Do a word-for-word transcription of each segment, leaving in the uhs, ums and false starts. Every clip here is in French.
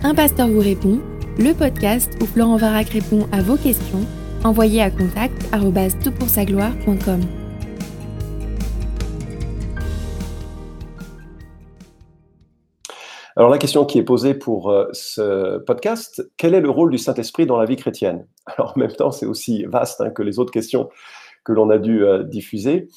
Un pasteur vous répond, le podcast où Florent Varac répond à vos questions, envoyez à contact arobase tout pour sa gloire point com. Alors la question qui est posée pour euh, ce podcast, quel est le rôle du Saint-Esprit dans la vie chrétienne? Alors en même temps, c'est aussi vaste hein, que les autres questions que l'on a dû euh, diffuser,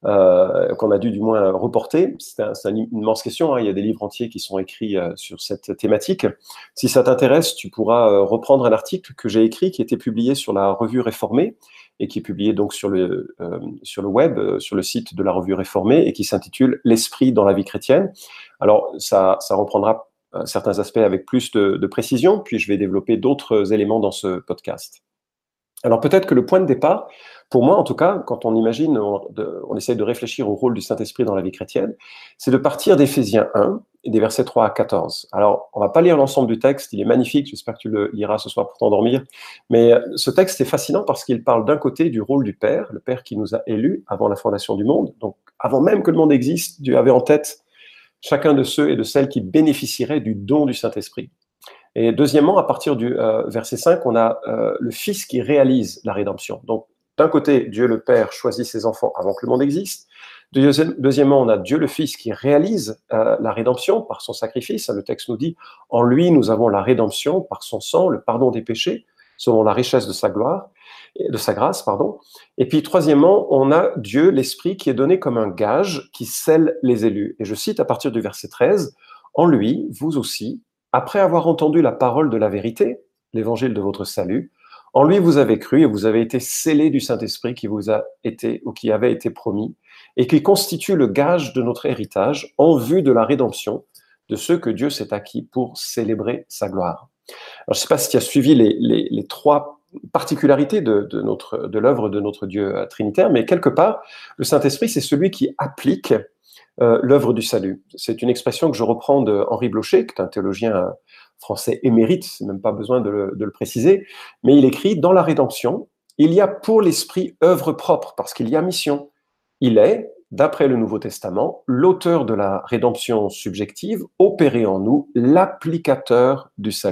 euh, qu'on a dû du moins reporter. C'est, un, c'est une immense question, hein. Il y a des livres entiers qui sont écrits euh, sur cette thématique. Si ça t'intéresse, tu pourras euh, reprendre un article que j'ai écrit qui était publié sur la Revue Réformée et qui est publié donc sur le, euh, sur le web, euh, sur le site de la Revue Réformée et qui s'intitule « L'Esprit dans la vie chrétienne ». Alors, ça, ça reprendra euh, certains aspects avec plus de, de précision, puis je vais développer d'autres éléments dans ce podcast. Alors, peut-être que le point de départ, pour moi en tout cas, quand on imagine, on, de, on essaie de réfléchir au rôle du Saint-Esprit dans la vie chrétienne, c'est de partir d'Éphésiens un, et des versets trois à quatorze. Alors, on va pas lire l'ensemble du texte, il est magnifique, j'espère que tu le liras ce soir pour t'endormir, mais ce texte est fascinant parce qu'il parle d'un côté du rôle du Père, le Père qui nous a élus avant la fondation du monde, donc avant même que le monde existe, Dieu avait en tête chacun de ceux et de celles qui bénéficieraient du don du Saint-Esprit. Et deuxièmement, à partir du euh, verset cinq, on a euh, le Fils qui réalise la rédemption. Donc, d'un côté, Dieu le Père choisit ses enfants avant que le monde existe. Deuxième, deuxièmement, on a Dieu le Fils qui réalise euh, la rédemption par son sacrifice. Le texte nous dit, en lui, nous avons la rédemption par son sang, le pardon des péchés, selon la richesse de sa gloire, de sa grâce, pardon. Et puis, troisièmement, on a Dieu, l'Esprit, qui est donné comme un gage qui scelle les élus. Et je cite à partir du verset treize, « En lui, vous aussi, après avoir entendu la parole de la vérité, l'évangile de votre salut, en lui vous avez cru et vous avez été scellés du Saint-Esprit qui vous a été ou qui avait été promis et qui constitue le gage de notre héritage en vue de la rédemption de ceux que Dieu s'est acquis pour célébrer sa gloire. » Alors, je ne sais pas si tu as suivi les, les, les trois particularités de, de, notre, de l'œuvre de notre Dieu trinitaire, mais quelque part, le Saint-Esprit, c'est celui qui applique euh, l'œuvre du salut. C'est une expression que je reprends de Henri Blocher, qui est un théologien français émérite, c'est même pas besoin de le, de le préciser, mais il écrit « Dans la rédemption, il y a pour l'Esprit œuvre propre, parce qu'il y a mission. Il est, d'après le Nouveau Testament, l'auteur de la rédemption subjective, opéré en nous, l'applicateur du salut. »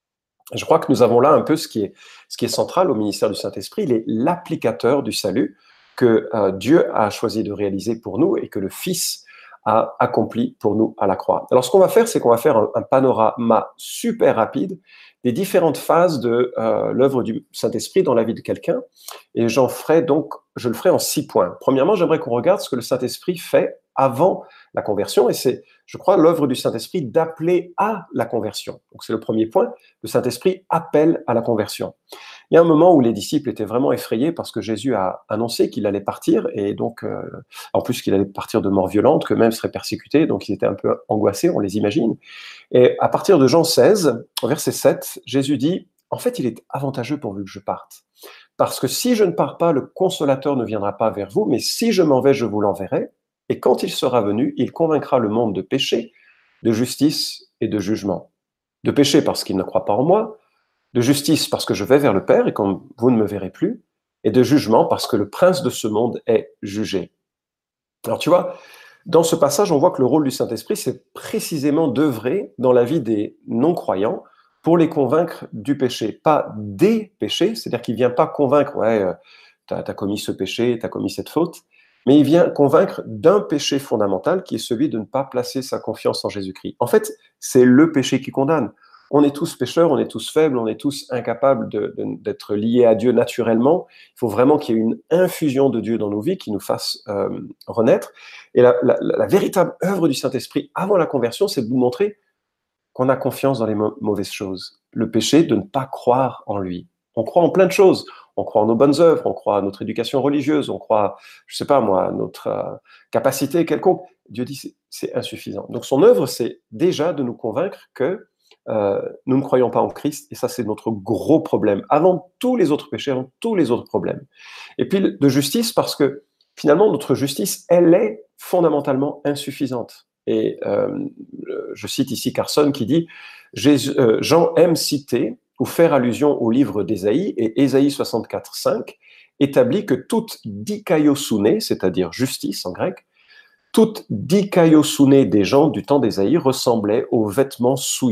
Je crois que nous avons là un peu ce qui est, ce qui est central au ministère du Saint-Esprit, il est l'applicateur du salut que euh, Dieu a choisi de réaliser pour nous et que le Fils a accompli pour nous à la croix. Alors ce qu'on va faire, c'est qu'on va faire un, un panorama super rapide des différentes phases de euh, l'œuvre du Saint-Esprit dans la vie de quelqu'un, et j'en ferai donc, je le ferai en six points. Premièrement, j'aimerais qu'on regarde ce que le Saint-Esprit fait avant la conversion, et c'est, je crois, l'œuvre du Saint-Esprit d'appeler à la conversion. Donc c'est le premier point, le Saint-Esprit appelle à la conversion. Il y a un moment où les disciples étaient vraiment effrayés parce que Jésus a annoncé qu'il allait partir, et donc, euh, en plus qu'il allait partir de mort violente, que même serait persécuté, donc ils étaient un peu angoissés, on les imagine. Et à partir de Jean seize, verset sept, Jésus dit, « En fait, il est avantageux pourvu que je parte. Parce que si je ne pars pas, le Consolateur ne viendra pas vers vous, mais si je m'en vais, je vous l'enverrai. Et quand il sera venu, il convaincra le monde de péché, de justice et de jugement. De péché parce qu'il ne croit pas en moi, de justice parce que je vais vers le Père et comme vous ne me verrez plus, et de jugement parce que le prince de ce monde est jugé. » Alors tu vois, dans ce passage, on voit que le rôle du Saint-Esprit, c'est précisément d'œuvrer dans la vie des non-croyants pour les convaincre du péché, pas des péchés, c'est-à-dire qu'il ne vient pas convaincre, ouais, euh, tu as commis ce péché, tu as commis cette faute, mais il vient convaincre d'un péché fondamental qui est celui de ne pas placer sa confiance en Jésus-Christ. En fait, c'est le péché qui condamne. On est tous pécheurs, on est tous faibles, on est tous incapables de, de, d'être liés à Dieu naturellement. Il faut vraiment qu'il y ait une infusion de Dieu dans nos vies qui nous fasse euh, renaître. Et la, la, la véritable œuvre du Saint-Esprit avant la conversion, c'est de nous montrer qu'on a confiance dans les mo- mauvaises choses. Le péché de ne pas croire en lui. On croit en plein de choses. On croit en nos bonnes œuvres, on croit à notre éducation religieuse, on croit, je sais pas moi, à notre euh, capacité quelconque. Dieu dit c'est, c'est insuffisant. Donc son œuvre, c'est déjà de nous convaincre que Euh, nous ne croyons pas en Christ, et ça c'est notre gros problème, avant tous les autres péchés, avant tous les autres problèmes. Et puis de justice, parce que finalement notre justice, elle est fondamentalement insuffisante. Et euh, je cite ici Carson qui dit Jésus, euh, Jean aime citer ou faire allusion au livre d'Ésaïe, et Ésaïe soixante-quatre cinq établit que toute dikaiosune, c'est-à-dire justice en grec, toute dikaiosune des gens du temps d'Ésaïe ressemblait aux vêtements souillés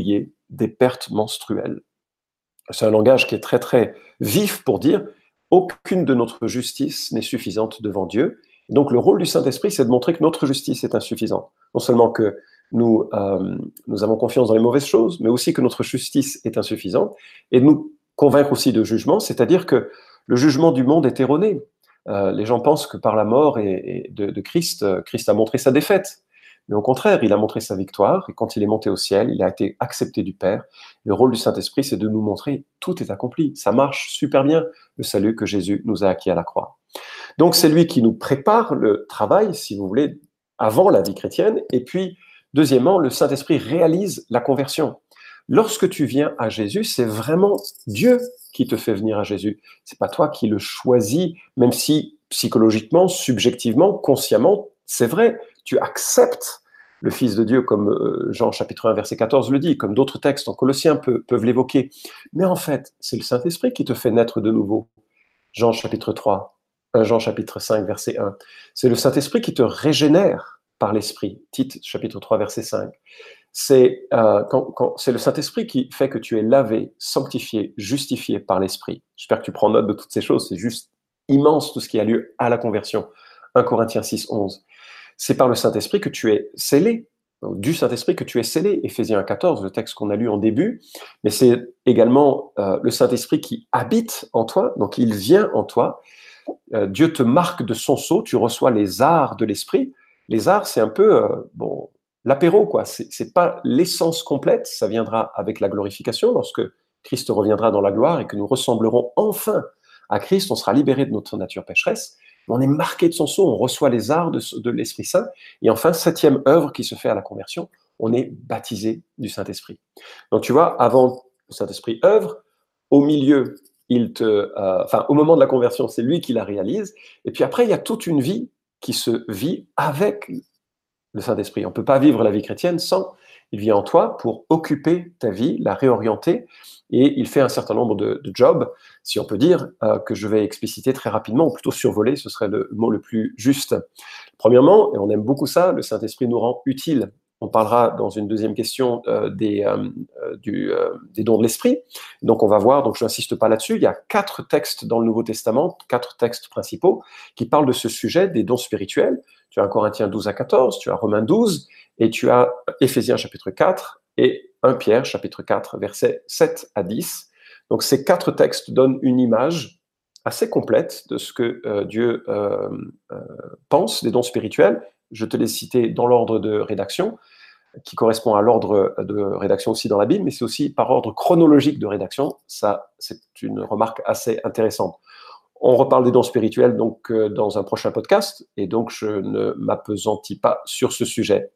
des pertes menstruelles. C'est un langage qui est très très vif pour dire aucune de notre justice n'est suffisante devant Dieu. Donc le rôle du Saint-Esprit, c'est de montrer que notre justice est insuffisante. Non seulement que nous, euh, nous avons confiance dans les mauvaises choses, mais aussi que notre justice est insuffisante, et de nous convaincre aussi de jugement, c'est-à-dire que le jugement du monde est erroné. Euh, les gens pensent que par la mort et, et de, de Christ, Christ a montré sa défaite. Mais au contraire, il a montré sa victoire, et quand il est monté au ciel, il a été accepté du Père. Le rôle du Saint-Esprit, c'est de nous montrer tout est accompli. Ça marche super bien, le salut que Jésus nous a acquis à la croix. Donc c'est lui qui nous prépare le travail, si vous voulez, avant la vie chrétienne. Et puis, deuxièmement, le Saint-Esprit réalise la conversion. Lorsque tu viens à Jésus, c'est vraiment Dieu qui te fait venir à Jésus. C'est pas toi qui le choisis, même si psychologiquement, subjectivement, consciemment, c'est vrai, tu acceptes le Fils de Dieu, comme Jean chapitre un, verset quatorze le dit, comme d'autres textes en Colossiens peuvent, peuvent l'évoquer. Mais en fait, c'est le Saint-Esprit qui te fait naître de nouveau. Jean chapitre trois, un Jean chapitre cinq, verset un. C'est le Saint-Esprit qui te régénère par l'Esprit. Tite chapitre trois, verset cinq. C'est, euh, quand, quand, c'est le Saint-Esprit qui fait que tu es lavé, sanctifié, justifié par l'Esprit. J'espère que tu prends note de toutes ces choses. C'est juste immense tout ce qui a lieu à la conversion. un Corinthiens six, onze. C'est par le Saint-Esprit que tu es scellé, du Saint-Esprit que tu es scellé. Éphésiens un, quatorze, le texte qu'on a lu en début. Mais c'est également euh, le Saint-Esprit qui habite en toi, donc il vient en toi. Euh, Dieu te marque de son sceau, tu reçois les arts de l'Esprit. Les arts, c'est un peu, euh, bon, l'apéro, quoi. C'est, c'est pas l'essence complète, ça viendra avec la glorification, lorsque Christ reviendra dans la gloire et que nous ressemblerons enfin à Christ, on sera libéré de notre nature pécheresse. On est marqué de son sceau, on reçoit les arts de, de l'Esprit Saint. Et enfin, septième œuvre qui se fait à la conversion, on est baptisé du Saint-Esprit. Donc tu vois, avant le Saint-Esprit œuvre, au milieu, il te, euh, enfin, au moment de la conversion, c'est lui qui la réalise. Et puis après, il y a toute une vie qui se vit avec le Saint-Esprit. On ne peut pas vivre la vie chrétienne sans. Il vient en toi pour occuper ta vie, la réorienter, et il fait un certain nombre de, de jobs, si on peut dire, euh, que je vais expliciter très rapidement, ou plutôt survoler, ce serait le mot le plus juste. Premièrement, et on aime beaucoup ça, le Saint-Esprit nous rend utiles. On parlera dans une deuxième question euh, des, euh, du, euh, des dons de l'Esprit. Donc on va voir, donc je n'insiste pas là-dessus, il y a quatre textes dans le Nouveau Testament, quatre textes principaux, qui parlent de ce sujet des dons spirituels. Tu as un Corinthiens douze à quatorze, tu as Romains douze, et tu as Éphésiens chapitre quatre, et un Pierre chapitre quatre, versets sept à dix. Donc ces quatre textes donnent une image assez complète de ce que euh, Dieu euh, euh, pense des dons spirituels. Je te l'ai cité dans l'ordre de rédaction, qui correspond à l'ordre de rédaction aussi dans la Bible, mais c'est aussi par ordre chronologique de rédaction. Ça, c'est une remarque assez intéressante. On reparle des dons spirituels donc euh, dans un prochain podcast, et donc je ne m'appesantis pas sur ce sujet.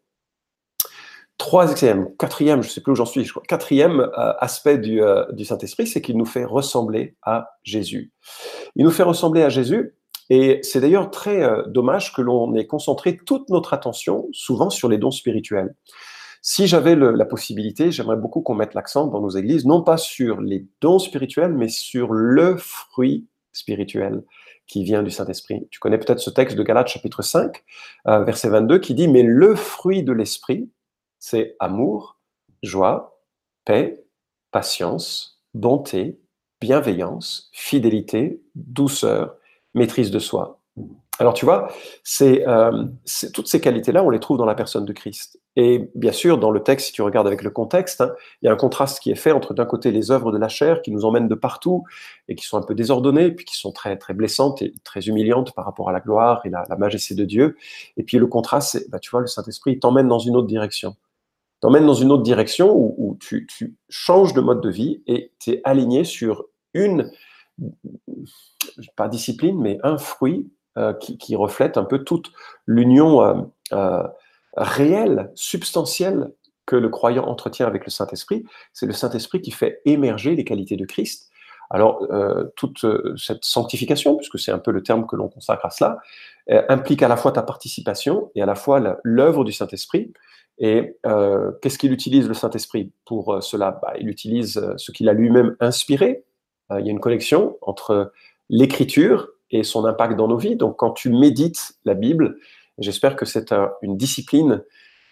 Troisième, quatrième, je ne sais plus où j'en suis, je crois, quatrième euh, aspect du, euh, du Saint-Esprit, c'est qu'il nous fait ressembler à Jésus. Il nous fait ressembler à Jésus, et c'est d'ailleurs très euh, dommage que l'on ait concentré toute notre attention, souvent, sur les dons spirituels. Si j'avais le, la possibilité, j'aimerais beaucoup qu'on mette l'accent dans nos églises, non pas sur les dons spirituels, mais sur le fruit spirituel qui vient du Saint-Esprit. Tu connais peut-être ce texte de Galates chapitre cinq, euh, verset vingt-deux, qui dit « Mais le fruit de l'Esprit, c'est amour, joie, paix, patience, bonté, bienveillance, fidélité, douceur, maîtrise de soi. » Alors tu vois, c'est, euh, c'est, toutes ces qualités-là, on les trouve dans la personne de Christ. Et bien sûr, dans le texte, si tu regardes avec le contexte, hein, il y a un contraste qui est fait entre d'un côté les œuvres de la chair qui nous emmènent de partout et qui sont un peu désordonnées, puis qui sont très, très blessantes et très humiliantes par rapport à la gloire et la, la majesté de Dieu. Et puis le contraste, c'est, bah, tu vois, le Saint-Esprit, il t'emmène dans une autre direction. T'emmène dans une autre direction où, où tu, tu changes de mode de vie et tu es aligné sur une, pas discipline, mais un fruit euh, qui, qui reflète un peu toute l'union euh, euh, réelle, substantielle que le croyant entretient avec le Saint-Esprit. C'est le Saint-Esprit qui fait émerger les qualités de Christ. Alors, euh, toute euh, cette sanctification, puisque c'est un peu le terme que l'on consacre à cela, euh, implique à la fois ta participation et à la fois la, l'œuvre du Saint-Esprit. Et euh, qu'est-ce qu'il utilise le Saint-Esprit pour euh, cela? Bah, il utilise euh, ce qu'il a lui-même inspiré. Euh, il y a une connexion entre l'Écriture et son impact dans nos vies. Donc quand tu médites la Bible, j'espère que c'est un, une discipline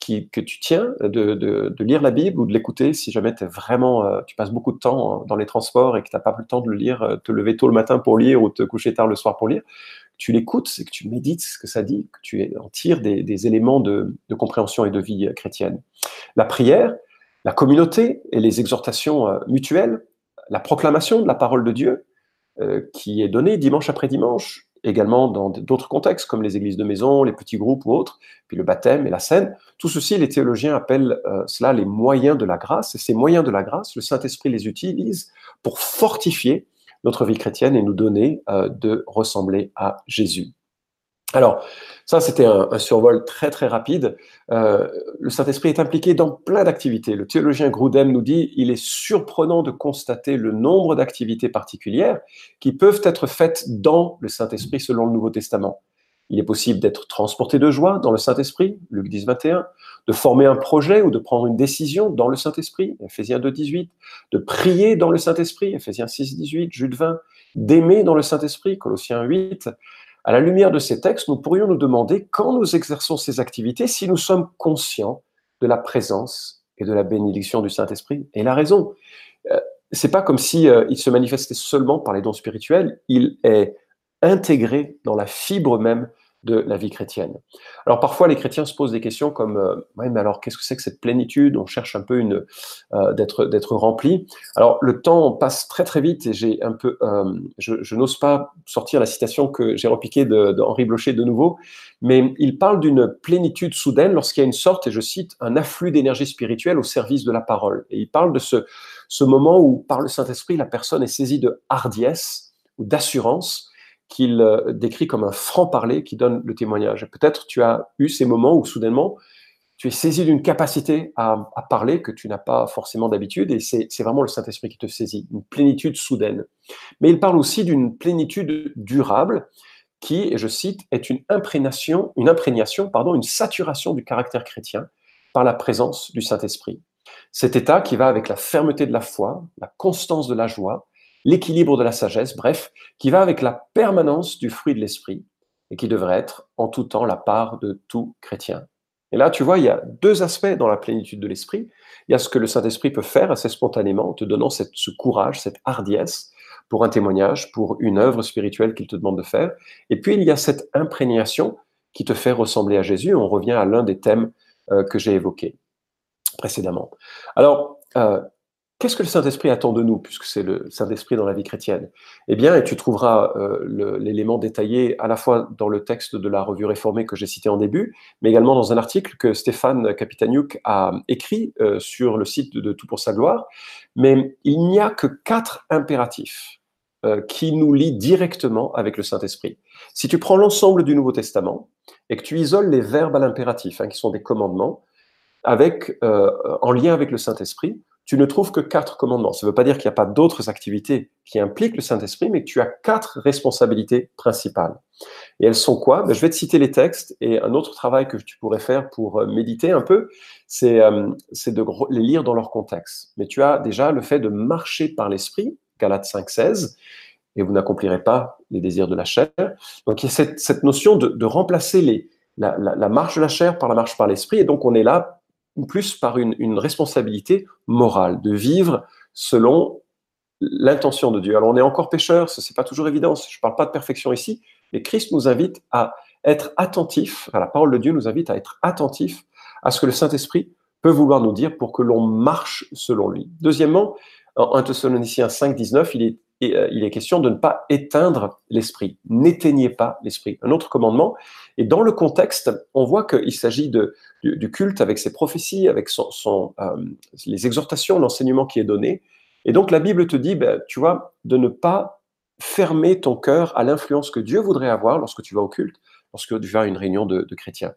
qui, que tu tiens de, de, de lire la Bible ou de l'écouter si jamais t'es vraiment, euh, tu passes beaucoup de temps dans les transports et que tu n'as pas le temps de le lire, te lever tôt le matin pour lire ou te coucher tard le soir pour lire, tu l'écoutes et que tu médites ce que ça dit, que tu en tires des, des éléments de, de compréhension et de vie chrétienne. La prière, la communauté et les exhortations euh, mutuelles, la proclamation de la parole de Dieu euh, qui est donnée dimanche après dimanche, également dans d'autres contextes comme les églises de maison, les petits groupes ou autres, puis le baptême et la scène. Tout ceci, les théologiens appellent euh, cela les moyens de la grâce. Et ces moyens de la grâce, le Saint-Esprit les utilise pour fortifier notre vie chrétienne et nous donner euh, de ressembler à Jésus. Alors, ça, c'était un, un survol très, très rapide. Euh, le Saint-Esprit est impliqué dans plein d'activités. Le théologien Grudem nous dit « Il est surprenant de constater le nombre d'activités particulières qui peuvent être faites dans le Saint-Esprit selon le Nouveau Testament. Il est possible d'être transporté de joie dans le Saint-Esprit, Luc dix, vingt et un, de former un projet ou de prendre une décision dans le Saint-Esprit, Éphésiens deux, dix-huit, de prier dans le Saint-Esprit, Éphésiens six, dix-huit, Jude vingt, d'aimer dans le Saint-Esprit, Colossiens huit. À la lumière de ces textes, nous pourrions nous demander, quand nous exerçons ces activités, si nous sommes conscients de la présence et de la bénédiction du Saint-Esprit. Et il a raison. Euh, c'est pas comme si euh, il se manifestait seulement par les dons spirituels, il est intégré dans la fibre même de la vie chrétienne. Alors parfois les chrétiens se posent des questions comme euh, ouais, mais alors qu'est-ce que c'est que cette plénitude? On cherche un peu une euh, d'être d'être rempli. Alors le temps passe très très vite et j'ai un peu euh, je, je n'ose pas sortir la citation que j'ai repiquée de, de Henri Blocher de nouveau, mais il parle d'une plénitude soudaine lorsqu'il y a une sorte, et je cite, un afflux d'énergie spirituelle au service de la parole. Et il parle de ce ce moment où par le Saint-Esprit la personne est saisie de hardiesse ou d'assurance qu'il euh, décrit comme un franc-parler qui donne le témoignage. Peut-être tu as eu ces moments où soudainement tu es saisi d'une capacité à, à parler que tu n'as pas forcément d'habitude, et c'est, c'est vraiment le Saint-Esprit qui te saisit, une plénitude soudaine. Mais il parle aussi d'une plénitude durable qui, et je cite, est une imprégnation, une imprégnation, pardon, une saturation du caractère chrétien par la présence du Saint-Esprit. Cet état qui va avec la fermeté de la foi, la constance de la joie, l'équilibre de la sagesse, bref, qui va avec la permanence du fruit de l'esprit et qui devrait être en tout temps la part de tout chrétien. Et là, tu vois, il y a deux aspects dans la plénitude de l'esprit. Il y a ce que le Saint-Esprit peut faire assez spontanément, en te donnant cette, ce courage, cette hardiesse pour un témoignage, pour une œuvre spirituelle qu'il te demande de faire. Et puis, il y a cette imprégnation qui te fait ressembler à Jésus. On revient à l'un des thèmes euh, que j'ai évoqués précédemment. Alors, euh, qu'est-ce que le Saint-Esprit attend de nous, puisque c'est le Saint-Esprit dans la vie chrétienne? Eh bien, et tu trouveras euh, le, l'élément détaillé à la fois dans le texte de la Revue réformée que j'ai cité en début, mais également dans un article que Stéphane Kapitaniuk a écrit euh, sur le site de, de Tout pour sa gloire. Mais il n'y a que quatre impératifs euh, qui nous lient directement avec le Saint-Esprit. Si tu prends l'ensemble du Nouveau Testament et que tu isoles les verbes à l'impératif, hein, qui sont des commandements, avec, euh, en lien avec le Saint-Esprit, tu ne trouves que quatre commandements. Ça ne veut pas dire qu'il n'y a pas d'autres activités qui impliquent le Saint-Esprit, mais que tu as quatre responsabilités principales. Et elles sont quoi? Ben, je vais te citer les textes, et un autre travail que tu pourrais faire pour méditer un peu, c'est, euh, c'est de les lire dans leur contexte. Mais tu as déjà le fait de marcher par l'Esprit, Galates cinq, seize, et vous n'accomplirez pas les désirs de la chair. Donc il y a cette, cette notion de, de remplacer les, la, la, la marche de la chair par la marche par l'Esprit, et donc on est là plus par une, une responsabilité morale, de vivre selon l'intention de Dieu. Alors on est encore pécheurs, ce n'est pas toujours évident, je ne parle pas de perfection ici, mais Christ nous invite à être attentifs, enfin, la parole de Dieu nous invite à être attentifs à ce que le Saint-Esprit peut vouloir nous dire pour que l'on marche selon lui. Deuxièmement, en un Thessaloniciens cinq, dix-neuf, il est, il est question de ne pas éteindre l'esprit. N'éteignez pas l'esprit. Un autre commandement. Et dans le contexte, on voit qu'il s'agit de, du, du culte avec ses prophéties, avec son, son, euh, les exhortations, l'enseignement qui est donné. Et donc la Bible te dit, ben, tu vois, de ne pas fermer ton cœur à l'influence que Dieu voudrait avoir lorsque tu vas au culte, lorsque tu vas à une réunion de, de chrétiens.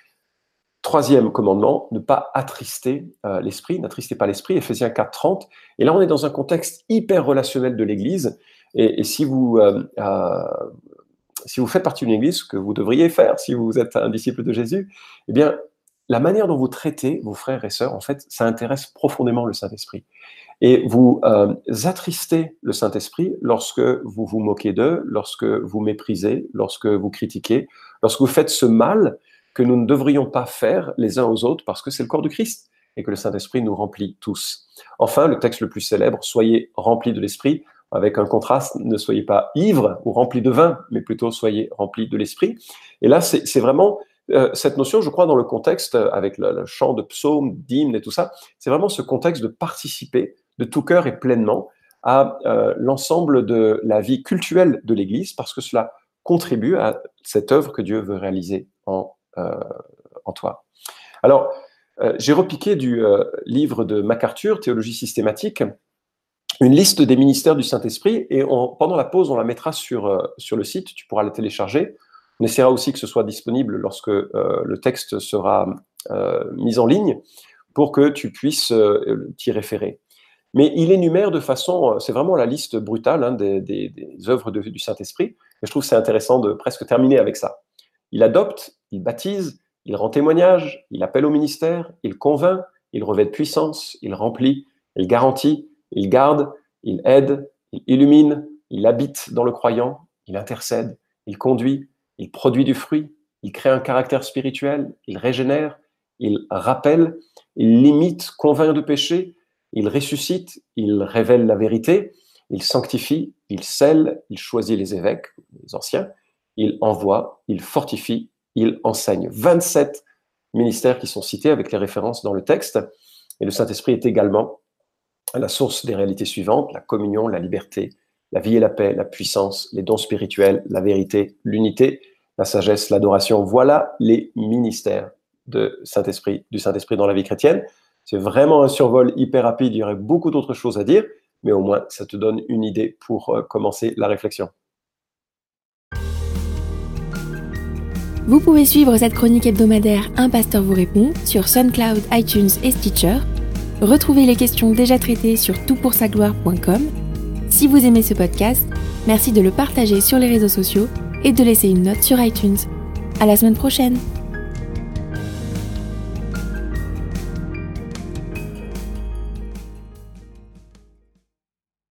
Troisième commandement, ne pas attrister euh, l'esprit, n'attristez pas l'esprit, Éphésiens quatre, trente. Et là, on est dans un contexte hyper relationnel de l'Église. Et, et si vous euh, euh, si vous faites partie d'une Église, ce que vous devriez faire si vous êtes un disciple de Jésus, eh bien, la manière dont vous traitez vos frères et sœurs, en fait, ça intéresse profondément le Saint-Esprit. Et vous euh, attristez le Saint-Esprit lorsque vous vous moquez d'eux, lorsque vous méprisez, lorsque vous critiquez, lorsque vous faites ce mal que nous ne devrions pas faire les uns aux autres parce que c'est le corps du Christ et que le Saint-Esprit nous remplit tous. Enfin, le texte le plus célèbre, « Soyez remplis de l'Esprit », avec un contraste, ne soyez pas ivres ou remplis de vin, mais plutôt soyez remplis de l'Esprit. Et là, c'est, c'est vraiment euh, cette notion, je crois, dans le contexte, avec le, le chant de psaumes, d'hymnes et tout ça, c'est vraiment ce contexte de participer de tout cœur et pleinement à euh, l'ensemble de la vie cultuelle de l'Église, parce que cela contribue à cette œuvre que Dieu veut réaliser en, euh, en toi. Alors, euh, j'ai repiqué du euh, livre de MacArthur, Théologie systématique, une liste des ministères du Saint-Esprit, et on, pendant la pause, on la mettra sur, euh, sur le site, tu pourras la télécharger. On essaiera aussi que ce soit disponible lorsque euh, le texte sera euh, mis en ligne, pour que tu puisses euh, t'y référer. Mais il énumère de façon, c'est vraiment la liste brutale hein, des, des, des œuvres de, du Saint-Esprit, et je trouve que c'est intéressant de presque terminer avec ça. Il adopte, il baptise, il rend témoignage, il appelle au ministère, il convainc, il revêt de puissance, il remplit, il garantit, il garde, il aide, il illumine, il habite dans le croyant, il intercède, il conduit, il produit du fruit, il crée un caractère spirituel, il régénère, il rappelle, il limite, convainc de péché, il ressuscite, il révèle la vérité, il sanctifie, il scelle, il choisit les évêques, les anciens, il envoie, il fortifie, il enseigne. vingt-sept ministères qui sont cités avec les références dans le texte. Et le Saint-Esprit est également à la source des réalités suivantes, la communion, la liberté, la vie et la paix, la puissance, les dons spirituels, la vérité, l'unité, la sagesse, l'adoration. Voilà les ministères de Saint-Esprit, du Saint-Esprit dans la vie chrétienne. C'est vraiment un survol hyper rapide, il y aurait beaucoup d'autres choses à dire, mais au moins ça te donne une idée pour euh, commencer la réflexion. Vous pouvez suivre cette chronique hebdomadaire Un pasteur vous répond sur SoundCloud, iTunes et Stitcher. Retrouvez les questions déjà traitées sur tout pour sa gloire point com. Si vous aimez ce podcast, merci de le partager sur les réseaux sociaux et de laisser une note sur iTunes. À la semaine prochaine!